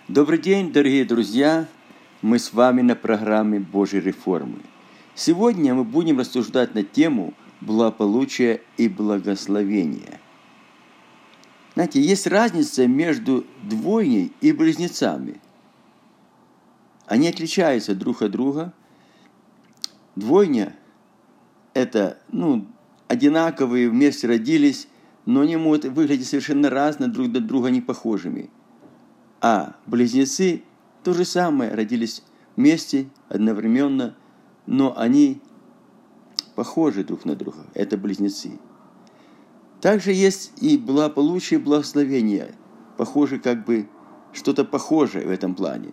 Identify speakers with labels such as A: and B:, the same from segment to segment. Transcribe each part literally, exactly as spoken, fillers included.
A: Добрый день, дорогие друзья! Мы с вами на программе Божьей реформы. Сегодня мы будем рассуждать на тему благополучия и благословения. Знаете, есть разница между двойней и близнецами. Они отличаются друг от друга. Двойня – это, ну, одинаковые, вместе родились, но они могут выглядеть совершенно разно, друг друг друга не похожими. А близнецы то же самое, родились вместе, одновременно, но они похожи друг на друга. Это близнецы. Также есть и благополучие, и благословение. Похоже, как бы что-то похожее в этом плане.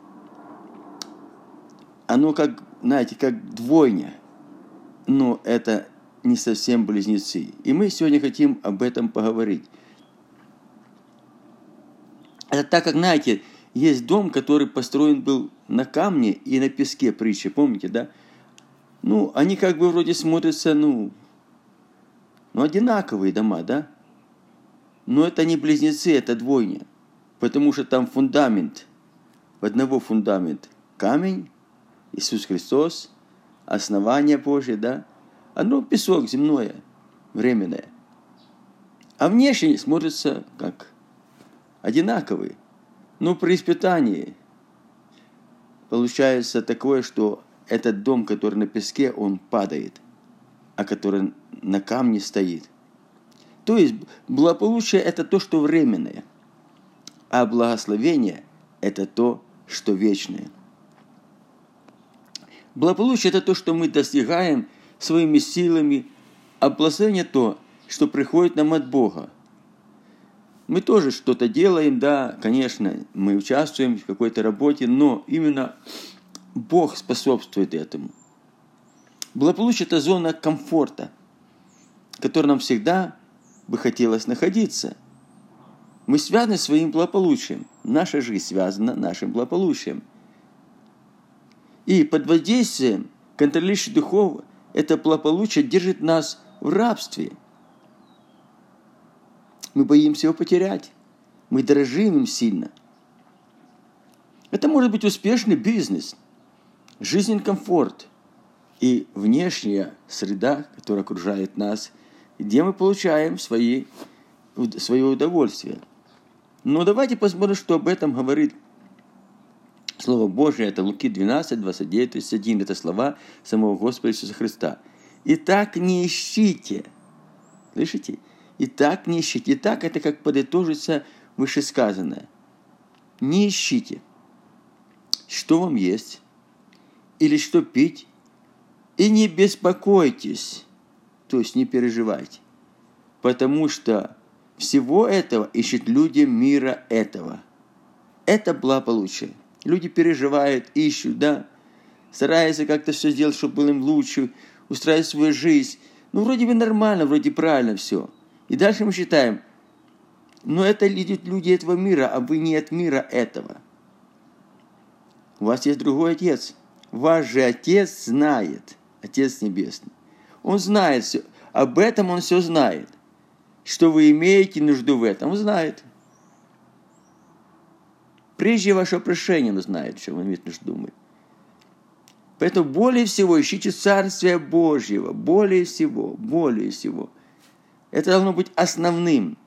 A: Оно как, знаете, как двойня, но это не совсем близнецы. И мы сегодня хотим об этом поговорить. Это так как, знаете, есть дом, который построен был на камне и на песке, притча, помните, да? Ну, они как бы вроде смотрятся, ну, ну, одинаковые дома, да? Но это не близнецы, это двойня. Потому что там фундамент, в одного фундамент камень, Иисус Христос, основание Божье, да? Одно песок земное, временное. А внешне смотрятся как одинаковые. Но при испытании получается такое, что этот дом, который на песке, он падает, а который на камне стоит. То есть благополучие – это то, что временное, а благословение – это то, что вечное. Благополучие – это то, что мы достигаем своими силами, а благословение – то, что приходит нам от Бога. Мы тоже что-то делаем, да, конечно, мы участвуем в какой-то работе, но именно Бог способствует этому. Благополучие – это зона комфорта, в которой нам всегда бы хотелось находиться. Мы связаны своим благополучием. Наша жизнь связана нашим благополучием. И под воздействием контролирующих духов это благополучие держит нас в рабстве. Мы боимся его потерять. Мы дорожим им сильно. Это может быть успешный бизнес, жизненный комфорт и внешняя среда, которая окружает нас, где мы получаем свои, свое удовольствие. Но давайте посмотрим, что об этом говорит Слово Божие. Это Луки двенадцать, двадцать девять, тридцать один. Это слова самого Господа Иисуса Христа. «Итак, не ищите». Слышите? Итак, не ищите. Итак, это как подытожится вышесказанное. Не ищите, что вам есть, или что пить, и не беспокойтесь, то есть не переживайте, потому что всего этого ищут люди мира этого. Это благополучие. Люди переживают, ищут, да, стараются как-то все сделать, чтобы было им лучше, устраивать свою жизнь. Ну, вроде бы нормально, вроде правильно все. И дальше мы считаем, но это люди этого мира, а вы не от мира этого. У вас есть другой Отец. Ваш же Отец знает, Отец Небесный. Он знает все. Об этом Он все знает. Что вы имеете нужду в этом, Он знает. Прежде вашего прошения Он знает, что вы имеете нужду. Поэтому более всего ищите Царствия Божьего. Более всего, более всего. Это должно быть основным.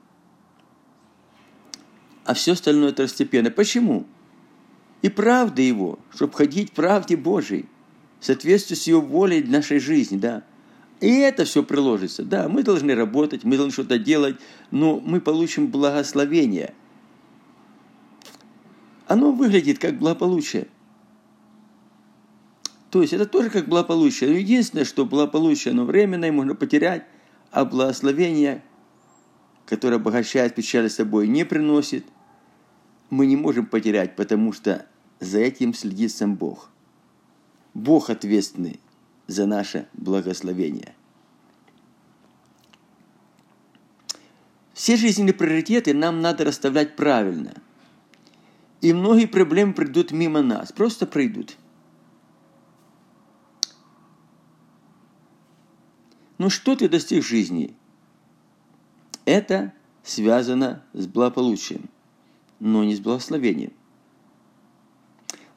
A: А все остальное второстепенно. Почему? И правда Его, чтобы ходить в правде Божией, в соответствии с Его волей в нашей жизни, да. И это все приложится. Да, мы должны работать, мы должны что-то делать, но мы получим благословение. Оно выглядит как благополучие. То есть это тоже как благополучие. Но единственное, что благополучие, оно временное, можно потерять, а благословение, которое обогащает печаль собой, не приносит, мы не можем потерять, потому что за этим следит сам Бог. Бог ответственный за наше благословение. Все жизненные приоритеты нам надо расставлять правильно. И многие проблемы придут мимо нас, просто пройдут. Ну что ты достиг в жизни? Это связано с благополучием, но не с благословением.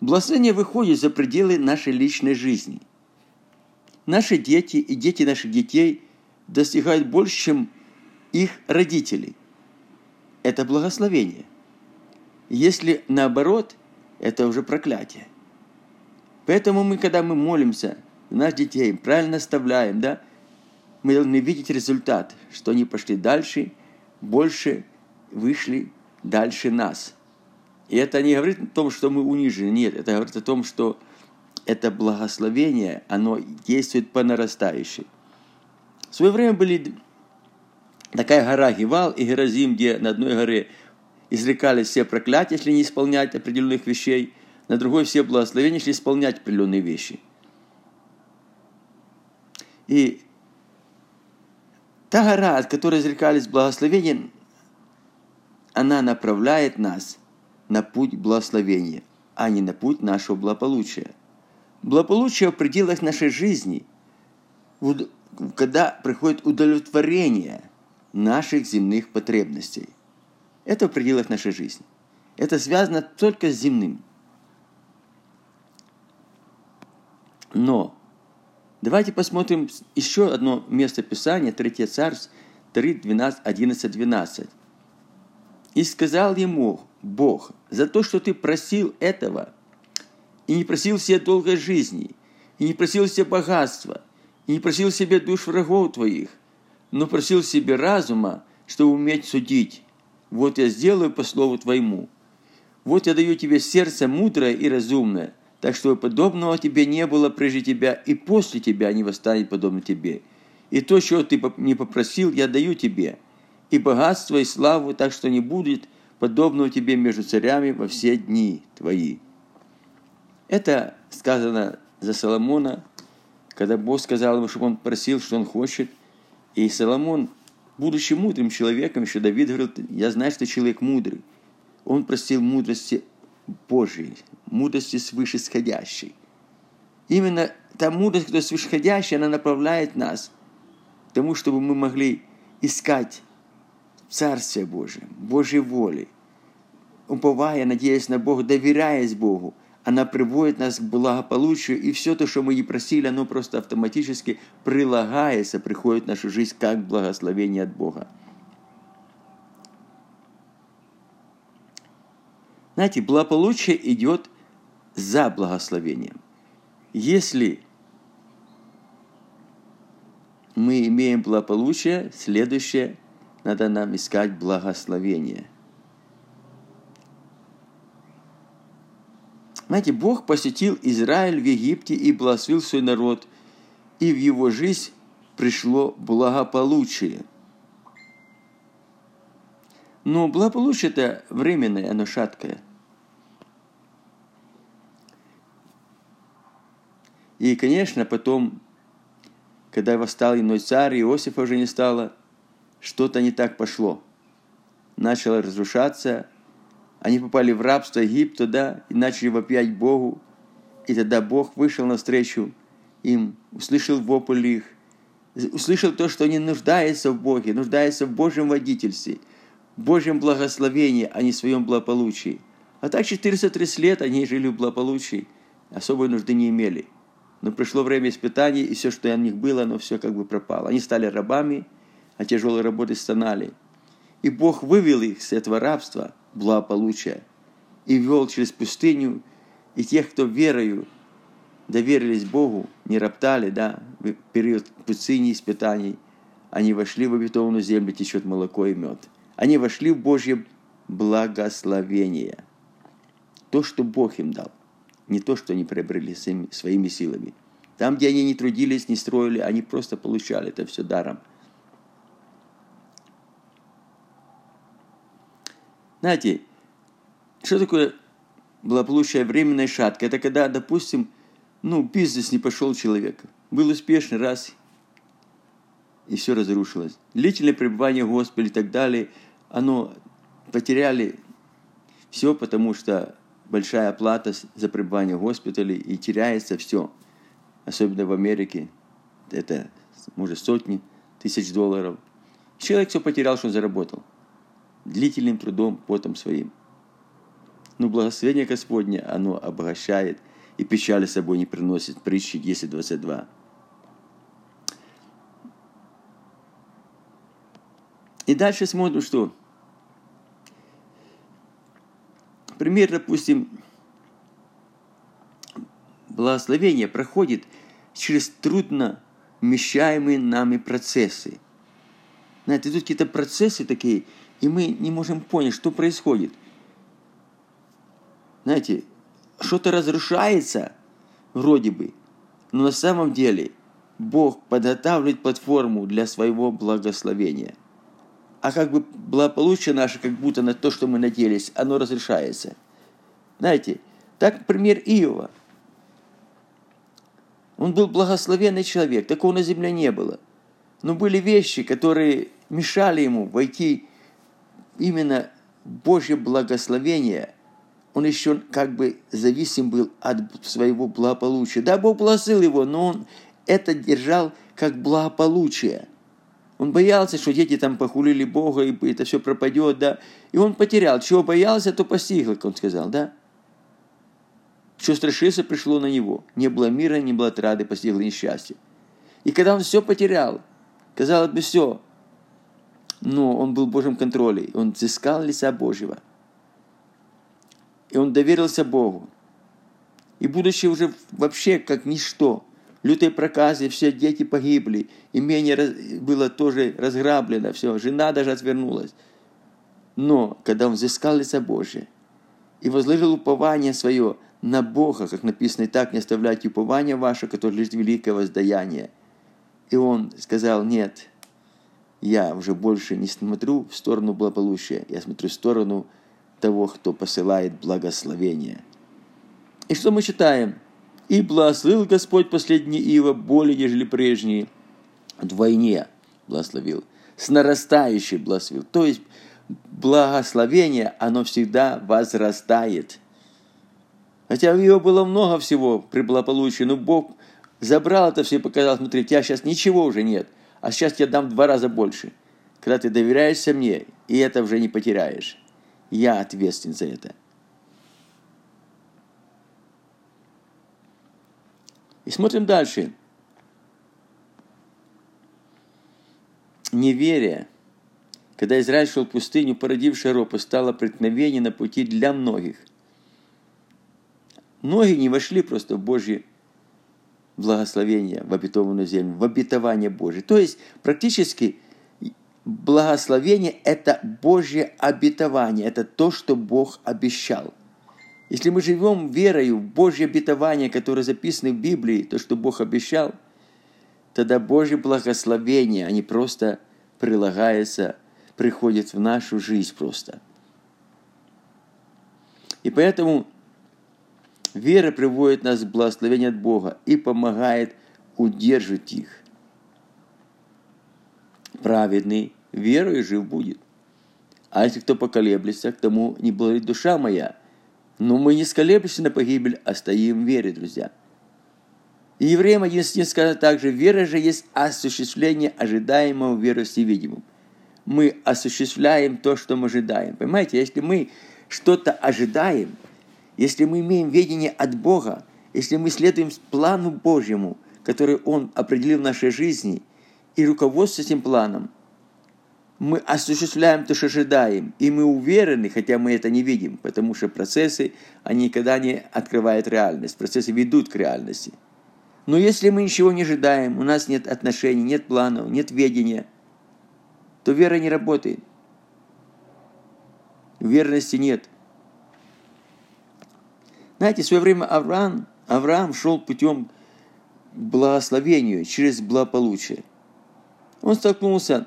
A: Благословение выходит за пределы нашей личной жизни. Наши дети и дети наших детей достигают больше, чем их родителей. Это благословение. Если наоборот, это уже проклятие. Поэтому мы, когда мы молимся за наших детей, правильно наставляем, да, мы должны видеть результат, что они пошли дальше, больше вышли дальше нас. И это не говорит о том, что мы унижены, нет, это говорит о том, что это благословение, оно действует по нарастающей. В свое время были такая гора Гивал и Геразим, где на одной горе изрекались все проклятия, если не исполнять определенных вещей, на другой все благословения, если исполнять определенные вещи. И та гора, от которой изрекались благословения, она направляет нас на путь благословения, а не на путь нашего благополучия. Благополучие в пределах нашей жизни, когда приходит удовлетворение наших земных потребностей. Это в пределах нашей жизни. Это связано только с земным. Но давайте посмотрим еще одно место Писания, Третье Царств, три, двенадцать, одиннадцать, двенадцать. «И сказал ему Бог, за то, что ты просил этого, и не просил себе долгой жизни, и не просил себе богатства, и не просил себе душ врагов твоих, но просил себе разума, чтобы уметь судить. Вот я сделаю по слову твоему. Вот я даю тебе сердце мудрое и разумное, так что подобного тебе не было прежде тебя, и после тебя не восстанет подобно тебе. И то, чего ты не попросил, я даю тебе, и богатство, и славу, так что не будет подобного тебе между царями во все дни твои». Это сказано за Соломона, когда Бог сказал ему, чтобы он просил, что он хочет. И Соломон, будучи мудрым человеком, еще Давид говорил: я знаю, что ты человек мудрый. Он просил мудрости Божией, мудрости свышесходящей. Именно та мудрость, которая свышесходящая, она направляет нас к тому, чтобы мы могли искать Царствие Божие, Божьей воли, уповая, надеясь на Бога, доверяясь Богу. Она приводит нас к благополучию, и все то, что мы не просили, оно просто автоматически, прилагается, приходит в нашу жизнь как благословение от Бога. Знаете, благополучие идет за благословением. Если мы имеем благополучие, следующее, надо нам искать благословение. Знаете, Бог посетил Израиль в Египте и благословил свой народ, и в его жизнь пришло благополучие. Но благополучие это временное, оно шаткое. И, конечно, потом, когда восстал иной царь, Иосифа уже не стало, что-то не так пошло. Начало разрушаться. Они попали в рабство Египта, да, и начали вопиять Богу. И тогда Бог вышел навстречу им, услышал вопль их, услышал то, что они нуждаются в Боге, нуждаются в Божьем водительстве, в Божьем благословении, а не в своем благополучии. А так четыреста тридцать лет они жили в благополучии, особой нужды не имели. Но пришло время испытаний, и все, что у них было, оно все как бы пропало. Они стали рабами, а тяжелой работой стонали. И Бог вывел их с этого рабства, благополучия, и вел через пустыню, и тех, кто верою доверились Богу, не роптали, да, в период пустыни испытаний, они вошли в обетованную землю, течет молоко и мед. Они вошли в Божье благословение. То, что Бог им дал, не то, что они приобрели своими силами. Там, где они не трудились, не строили, они просто получали это все даром. Знаете, что такое благополучие временное шатко? Это когда, допустим, ну, бизнес не пошел человека. Был успешный, раз, и все разрушилось. Длительное пребывание в Господе и так далее, оно потеряли все, потому что большая оплата за пребывание в госпитале, и теряется все. Особенно в Америке. Это, может, сотни тысяч долларов. Человек все потерял, что он заработал. Длительным трудом, потом своим. Но благословение Господне, оно обогащает и печали с собой не приносит. Притчи десять двадцать два. И дальше смотрим, что пример, допустим, благословение проходит через трудно вмещаемые нами процессы. Знаете, тут какие-то процессы такие, и мы не можем понять, что происходит. Знаете, что-то разрушается, вроде бы, но на самом деле Бог подготавливает платформу для своего благословения. А как бы благополучие наше, как будто на то, что мы надеялись, оно разрешается. Знаете, так пример Иова. Он был благословенный человек, такого на земле не было. Но были вещи, которые мешали ему войти именно в Божье благословение. Он еще как бы зависим был от своего благополучия. Да, Бог благословил его, но он это держал как благополучие. Он боялся, что дети там похулили Бога, и это все пропадет, да. И он потерял. Чего боялся, то постигло, как он сказал, да. Что страшился, пришло на него. Не было мира, не было отрады, постигло несчастье. И когда он все потерял, казалось бы, все, но он был в Божьем контроле. Он взыскал лица Божьего. И он доверился Богу. И будучи уже вообще как ничто, в лютой проказе все дети погибли, имение было тоже разграблено, все, жена даже отвернулась. Но когда он взыскал лица Божие и возложил упование свое на Бога, как написано, и так не оставляйте упования ваше, которое лежит великое воздаяние. И он сказал, нет, я уже больше не смотрю в сторону благополучия, я смотрю в сторону того, кто посылает благословение. И что мы читаем? «И благословил Господь последний Иова более, нежели прежние». Вдвойне благословил. С нарастающей благословил. То есть благословение, оно всегда возрастает. Хотя у Иова было много всего при благополучии, но Бог забрал это все и показал, смотри, у тебя сейчас ничего уже нет, а сейчас я дам в два раза больше. Когда ты доверяешься мне, и это уже не потеряешь. Я ответственен за это. И смотрим дальше. Неверие, когда Израиль шел в пустыню, породившая ропот, стало преткновение на пути для многих. Многие не вошли просто в Божье благословение, в обетованную землю, в обетование Божие. То есть, практически, благословение – это Божье обетование, это то, что Бог обещал. Если мы живем верою в Божье обетование, которое записано в Библии, то, что Бог обещал, тогда Божье благословение, они просто прилагаются, приходят в нашу жизнь просто. И поэтому вера приводит нас к благословению от Бога и помогает удерживать их. Праведный верою жив будет. А если кто поколеблется, к тому не благоволит душа моя. Но мы не сколеблемся на погибель, а стоим в вере, друзья. И Евреям одиннадцать сказано также, вера же есть осуществление ожидаемого веры всевидимым. Мы осуществляем то, что мы ожидаем. Понимаете, если мы что-то ожидаем, если мы имеем ведение от Бога, если мы следуем плану Божьему, который Он определил в нашей жизни, и руководствуемся этим планом, мы осуществляем то, что ожидаем, и мы уверены, хотя мы это не видим, потому что процессы, они никогда не открывают реальность, процессы ведут к реальности. Но если мы ничего не ожидаем, у нас нет отношений, нет планов, нет ведения, то вера не работает. Верности нет. Знаете, в свое время Авраам, Авраам шел путем к благословению через благополучие. Он столкнулся,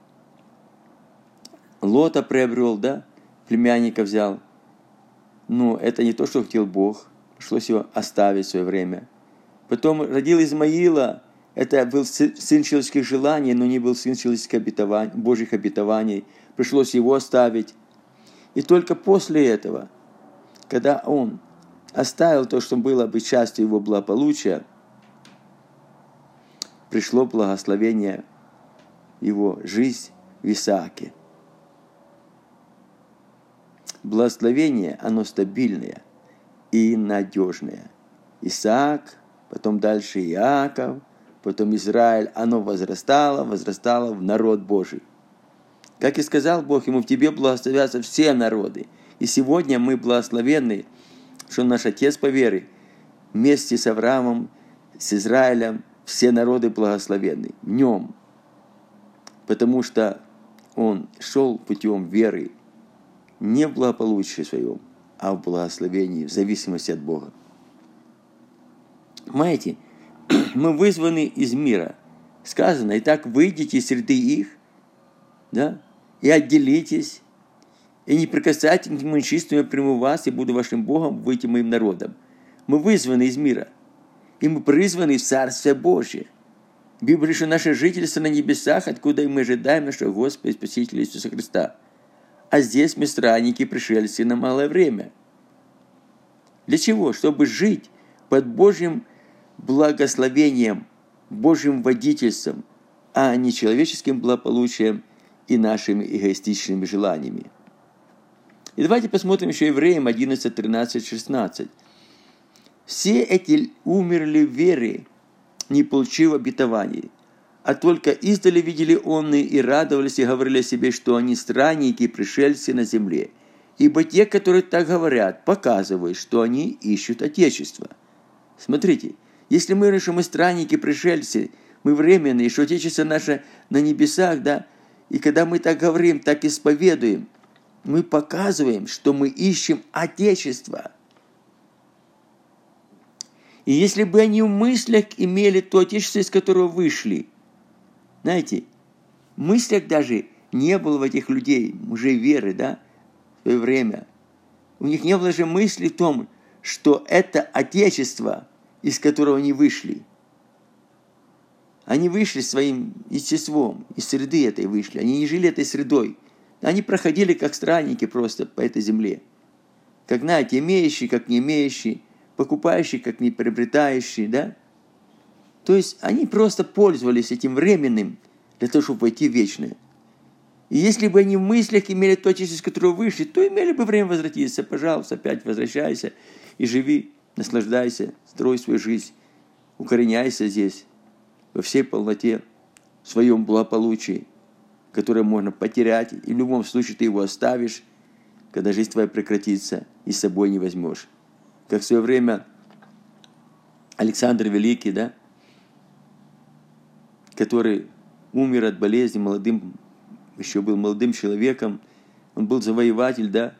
A: Лота приобрел, да, племянника взял. Но это не то, что хотел Бог. Пришлось его оставить в свое время. Потом родил Измаила. Это был сын человеческих желаний, но не был сын человеческих обетований, Божьих обетований. Пришлось его оставить. И только после этого, когда он оставил то, что было бы частью его благополучия, пришло благословение его жизнь в Исааке. благословение, оно стабильное и надежное. Исаак, потом дальше Иаков, потом Израиль, оно возрастало, возрастало в народ Божий. Как и сказал Бог ему, в тебе благословятся все народы. И сегодня мы благословенны, что наш Отец по вере, вместе с Авраамом, с Израилем, все народы благословенны в нем. Потому что он шел путем веры не в благополучии своем, а в благословении, в зависимости от Бога. Понимаете, мы вызваны из мира. Сказано, итак, выйдите из среды их, да, и отделитесь, и не прикасайтесь к моим чистым, я приму вас, и буду вашим Богом, будете моим народом. Мы вызваны из мира, и мы призваны в Царствие Божие. Библия говорит, что наше жительство на небесах, откуда и мы ожидаем нашего Господа и Спасителя Иисуса Христа. А здесь мы странники, пришельцы на малое время. Для чего? Чтобы жить под Божьим благословением, Божьим водительством, а не человеческим благополучием и нашими эгоистичными желаниями. И давайте посмотрим еще Евреям одиннадцать, тринадцать, шестнадцать. Все эти умерли в вере, не получив обетований, а только издали видели онные и радовались и говорили о себе, что они странники и пришельцы на земле. Ибо те, которые так говорят, показывают, что они ищут Отечество. Смотрите, если мы говорим, что мы странники, пришельцы, мы временные, что Отечество наше на небесах, да, и когда мы так говорим, так исповедуем, мы показываем, что мы ищем Отечество. И если бы они в мыслях имели то Отечество, из которого вышли, знаете, в мыслях даже не было в этих людей, мужей веры, да, в свое время. У них не было же мысли в том, что это Отечество, из которого они вышли. Они вышли своим естеством, из среды этой вышли. Они не жили этой средой. Они проходили как странники просто по этой земле. Как, знаете, имеющие, как не имеющие, покупающие, как не приобретающие, да? То есть они просто пользовались этим временным для того, чтобы войти в вечное. И если бы они в мыслях имели то Отечество, из которого вышли, то имели бы время возвратиться. Пожалуйста, опять возвращайся и живи, наслаждайся, строй свою жизнь, укореняйся здесь, во всей полноте, в своем благополучии, которое можно потерять, и в любом случае ты его оставишь, когда жизнь твоя прекратится, и с собой не возьмешь. Как в свое время Александр Великий, да, который умер от болезни, молодым, еще был молодым человеком, он был завоеватель, да,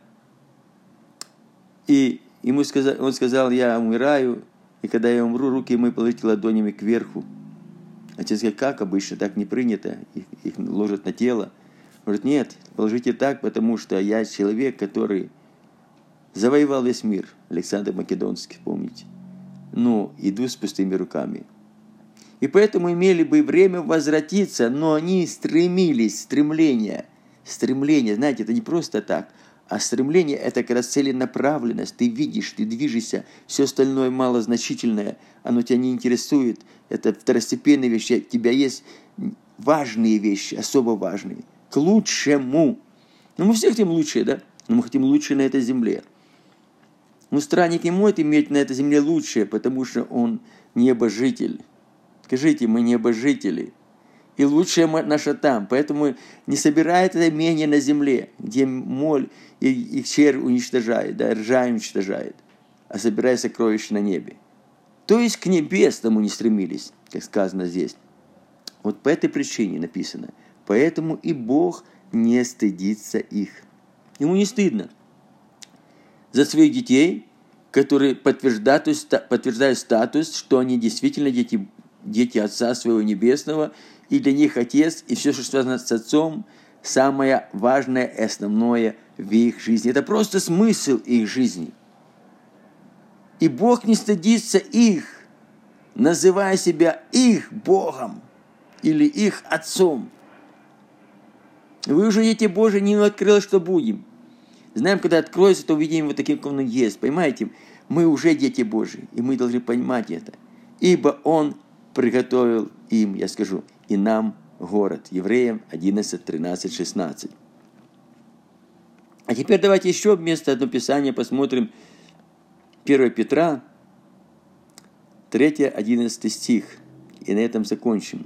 A: и ему сказал, он сказал, я умираю, и когда я умру, руки мои положите ладонями кверху. Отец говорит, как обычно, так не принято, их, их ложат на тело. Он говорит, нет, положите так, потому что я человек, который завоевал весь мир, Александр Македонский, помните. Но иду с пустыми руками. И поэтому имели бы время возвратиться, но они стремились, стремление, стремление, знаете, это не просто так, а стремление – это как раз целенаправленность, ты видишь, ты движешься, все остальное малозначительное, оно тебя не интересует, это второстепенные вещи, у тебя есть важные вещи, особо важные, к лучшему. Ну, мы все хотим лучшее, да? Но мы хотим лучшее на этой земле. Но странник не может иметь на этой земле лучшее, потому что он небожитель. Скажите, мы небожители. И лучшее наше там. Поэтому не собирает это имение на земле, где моль и, и червь уничтожает, да, ржа уничтожает, а собирает сокровища на небе. То есть к небесному не стремились, как сказано здесь. Вот по этой причине написано. Поэтому и Бог не стыдится их. Ему не стыдно за своих детей, которые подтверждают, подтверждают статус, что они действительно дети, дети Отца Своего Небесного, и для них Отец, и все, что связано с Отцом, самое важное и основное в их жизни. Это просто смысл их жизни. И Бог не стыдится их, называя себя их Богом или их Отцом. Вы уже дети Божии, не открылось, что будем. Знаем, когда откроется, то увидим его таким, как он есть. Понимаете? Мы уже дети Божии, и мы должны понимать это. Ибо Он приготовил им, я скажу, и нам город. Евреям одиннадцать, тринадцать, шестнадцать. А теперь давайте еще место одно Писание посмотрим. первое Петра, третий одиннадцатый стих. И на этом закончим.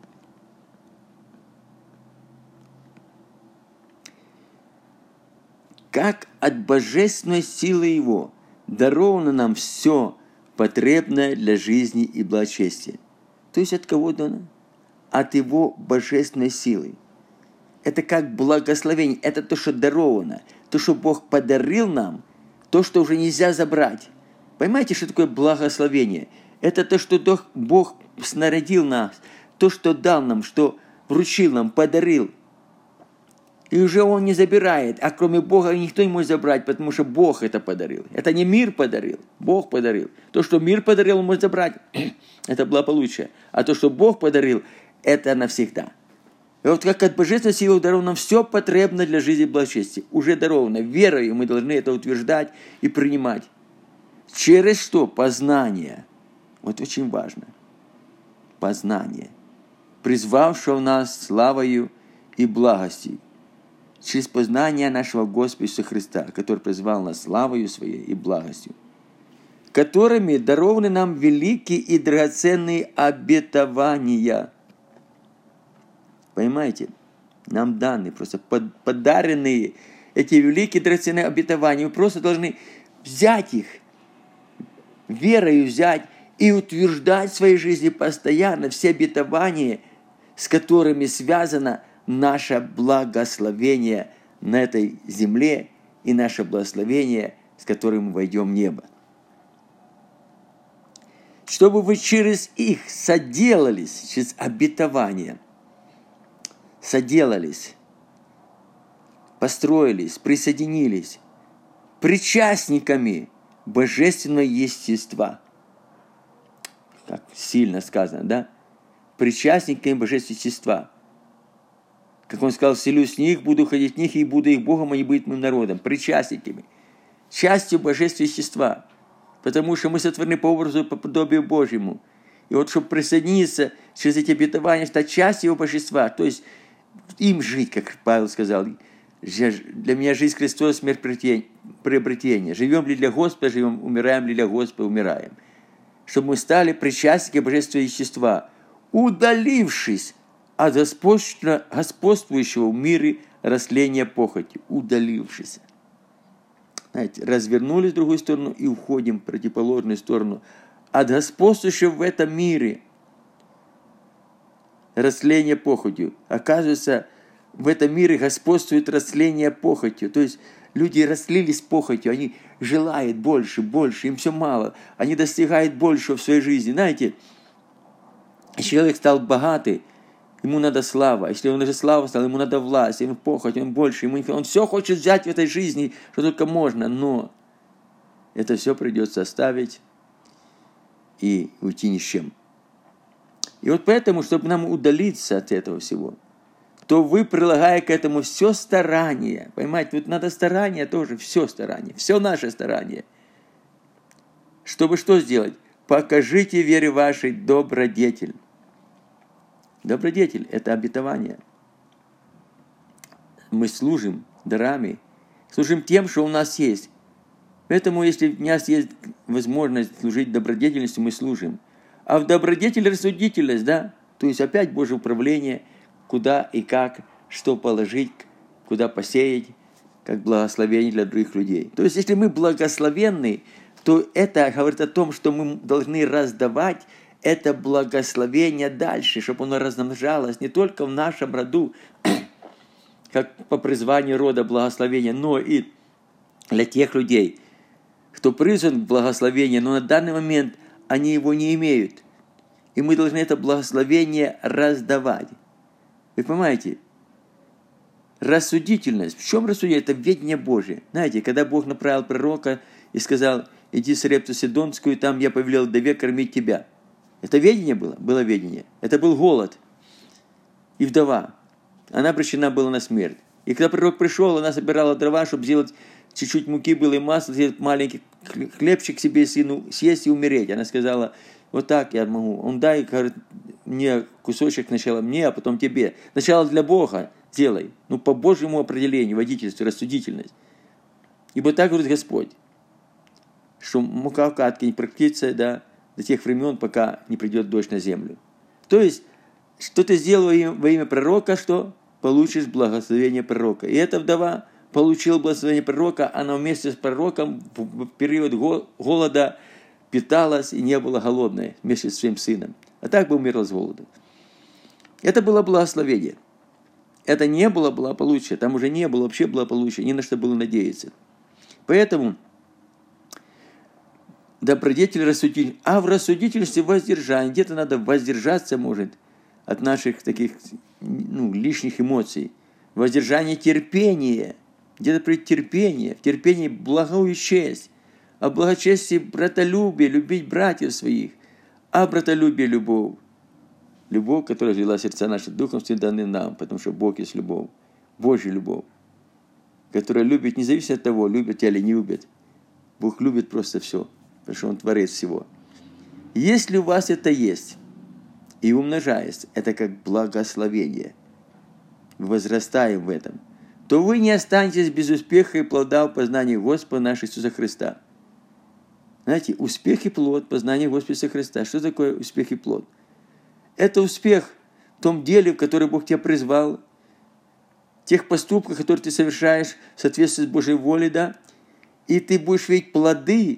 A: Как от божественной силы Его даровано нам все потребное для жизни и благочестия. То есть от кого дано? От Его божественной силы. Это как благословение, это то, что даровано, то, что Бог подарил нам, то, что уже нельзя забрать. Понимаете, что такое благословение? Это то, что Бог снарядил нас, то, что дал нам, что вручил нам, подарил. И уже Он не забирает, а кроме Бога никто не может забрать, потому что Бог это подарил. Это не мир подарил, Бог подарил. То, что мир подарил, Он может забрать, это благополучие. А то, что Бог подарил, это навсегда. И вот как от божественной силы даровано нам все потребно для жизни и благочестия. Уже даровано. Верою мы должны это утверждать и принимать. Через что? Познание. Вот очень важно. Познание. Призвавшего нас славою и благостью. Через познание нашего Господа Иисуса Христа, который призвал нас славою Своей и благостью, которыми дарованы нам великие и драгоценные обетования. Понимаете? Нам даны, просто подаренные эти великие драгоценные обетования. Мы просто должны взять их, верою взять и утверждать в своей жизни постоянно все обетования, с которыми связано наше благословение на этой земле и наше благословение, с которым мы войдем в небо. Чтобы вы через их соделались, через обетование, соделались, построились, присоединились причастниками божественного естества. Как сильно сказано, да? Причастниками божественного естества. Как он сказал, вселюсь в них, буду ходить в них, и буду их Богом, а не быть моим народом. Причастниками. Частью божественного естества. Потому что мы сотворены по образу и по подобию Божьему. И вот, чтобы присоединиться через эти обетования, стать частью его божества, то есть им жить, как Павел сказал, для меня жизнь Христос, смерть приобретение. Живем ли для Господа, живем, умираем ли для Господа, умираем. Чтобы мы стали причастниками божественного естества, удалившись от господствующего в мире растления похоти, удалившись. Знаете, развернулись в другую сторону и уходим в противоположную сторону. От господствующего в этом мире растление похотью. Оказывается, в этом мире господствует растление похотью. То есть люди растлились похотью, они желают больше, больше, им все мало. Они достигают большего в своей жизни. Знаете, человек стал богатый, ему надо слава. Если он уже слава стал, ему надо власть, ему похоть, он больше. Ему, он все хочет взять в этой жизни, что только можно. Но это все придется оставить и уйти ни с чем. И вот поэтому, чтобы нам удалиться от этого всего, то вы, прилагая к этому все старание, понимаете, вот надо старание тоже, все старание, все наше старание. Чтобы что сделать? Покажите вере вашей добродетель. Добродетель – это обетование. Мы служим дарами, служим тем, что у нас есть. Поэтому, если у нас есть возможность служить добродетельностью, мы служим. А в добродетель рассудительность, да? То есть опять Божье управление, куда и как, что положить, куда посеять, как благословение для других людей. То есть, если мы благословенны, то это говорит о том, что мы должны раздавать это благословение дальше, чтобы оно размножалось не только в нашем роду, как по призванию рода благословения, но и для тех людей, кто призван к благословению, но на данный момент они его не имеют. И мы должны это благословение раздавать. Вы понимаете? Рассудительность. В чем рассудительность? Это ведение Божие. Знаете, когда Бог направил пророка и сказал, иди в Сарепту Сидонскую, там я повелел вдове кормить тебя. Это ведение было? Было ведение. Это был голод. И вдова. Она обречена была на смерть. И когда пророк пришел, она собирала дрова, чтобы сделать чуть-чуть муки было и масла, сделать маленький хлебчик себе сыну съесть и умереть. Она сказала, вот так я могу. Он дай, говорит, мне кусочек сначала мне, а потом тебе. Сначала для Бога делай. Ну, по Божьему определению, водительству, рассудительность. Ибо так говорит Господь, что мука в катке не прокатится, да, до тех времен, пока не придет дождь на землю. То есть, что ты сделал во имя, во имя пророка, что получишь благословение пророка. И эта вдова получила благословение пророка, она вместе с пророком в период голода питалась и не была голодной вместе с своим сыном. А так бы умерла с голоду. Это было благословение. Это не было благополучие. Там уже не было вообще благополучия, ни на что было надеяться. Поэтому добродетель, рассудитель. А в рассудительстве воздержание. Где-то надо воздержаться, может, от наших таких ну, лишних эмоций. Воздержание терпение. Где-то при терпении. В терпении благую честь. А благочестие братолюбие, любить братьев своих. А братолюбие любовь. Любовь, которая взяла сердца наши духом, все даны нам, потому что Бог есть любовь. Божья любовь. Которая любит, не зависит от того, любит тебя или не любит. Бог любит просто все, потому что Он творец всего. Если у вас это есть, и умножается, это как благословение, возрастаем в этом, то вы не останетесь без успеха и плода в познании Господа нашего Иисуса Христа. Знаете, успех и плод познания Господа Иисуса Христа. Что такое успех и плод? Это успех в том деле, в которое Бог тебя призвал, тех поступках, которые ты совершаешь в соответствии с Божьей волей, да, и ты будешь видеть плоды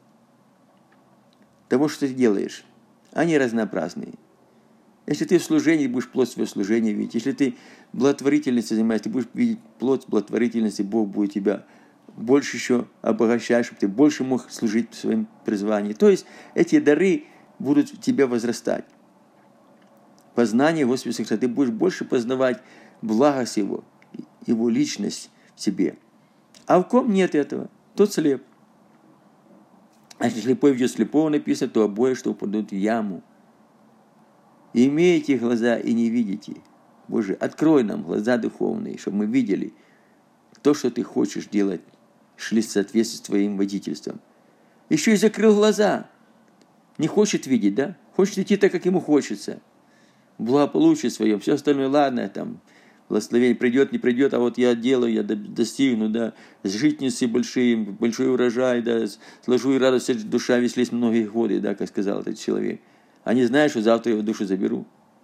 A: того, что ты делаешь. Они разнообразные. Если ты в служении, будешь плод своего служения видеть. Если ты благотворительностью занимаешься, ты будешь видеть плод благотворительности, Бог будет тебя больше еще обогащать, чтобы ты больше мог служить в своем призвании. То есть эти дары будут в тебе возрастать. Познание Господа Христа. Ты будешь больше познавать благость Его, Его личность в себе. А в ком нет этого, тот слеп. А если слепой ведет слепого, написано, то обои, что упадут в яму. И имеете глаза и не видите. Боже, открой нам глаза духовные, чтобы мы видели то, что Ты хочешь делать, шли в соответствии с Твоим водительством. Еще и закрыл глаза. Не хочет видеть, да? Хочет идти так, как ему хочется. Благополучие своем, все остальное, ладно, там, благословение придет, не придет, а вот я делаю, я достигну, да, житницы большие, большой урожай, да, сложу и радость, душа веселись многие годы, да, как сказал этот человек. А не знаешь, что завтра его душу заберу.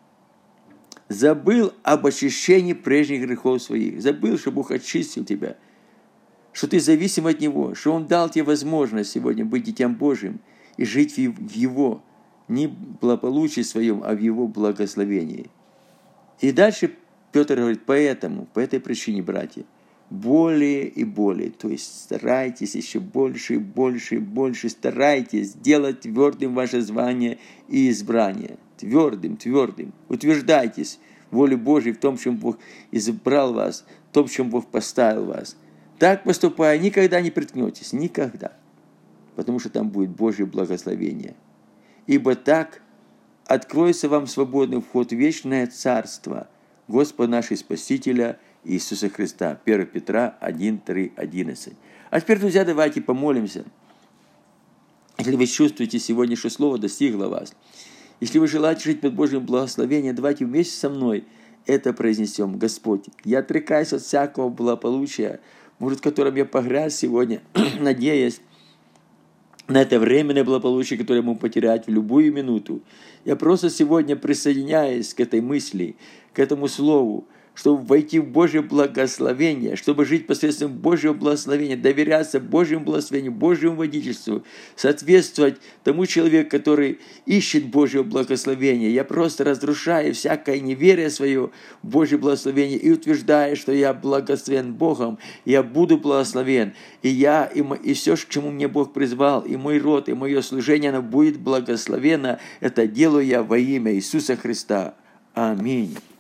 A: Забыл об очищении прежних грехов своих, забыл, что Бог очистил тебя, что ты зависим от Него, что Он дал тебе возможность сегодня быть Детям Божьим и жить в Его, не в благополучии своем, а в Его благословении. И дальше Петр говорит, поэтому, по этой причине, братья, более и более, то есть старайтесь еще больше и больше и больше, старайтесь сделать твердым ваше звание и избрание. Твердым, твердым. Утверждайтесь в воле Божьей, в том, в чем Бог избрал вас, в том, в чем Бог поставил вас. Так поступая, никогда не приткнетесь, никогда. Потому что там будет Божье благословение. Ибо так откроется вам свободный вход в вечное царство Господа нашего Спасителя Иисуса Христа. первое Петра один, три, одиннадцать. А теперь, друзья, давайте помолимся. Если вы чувствуете сегодня, что Слово достигло вас, если вы желаете жить под Божьим благословением, давайте вместе со мной это произнесем. Господь, я отрекаюсь от всякого благополучия, может, в котором я погряз сегодня, надеясь на это временное благополучие, которое я мог потерять в любую минуту. Я просто сегодня присоединяюсь к этой мысли, к этому слову, чтобы войти в Божье благословение, чтобы жить посредством Божьего благословения, доверяться Божьему благословению, Божьему водительству, соответствовать тому человеку, который ищет Божьего благословения. Я просто разрушаю всякое неверие свое в Божье благословение и утверждаю, что я благословен Богом, я буду благословен, и я, и, мо, и все, к чему мне Бог призвал, и мой род, и мое служение, оно будет благословено. Это делаю я во имя Иисуса Христа. Аминь.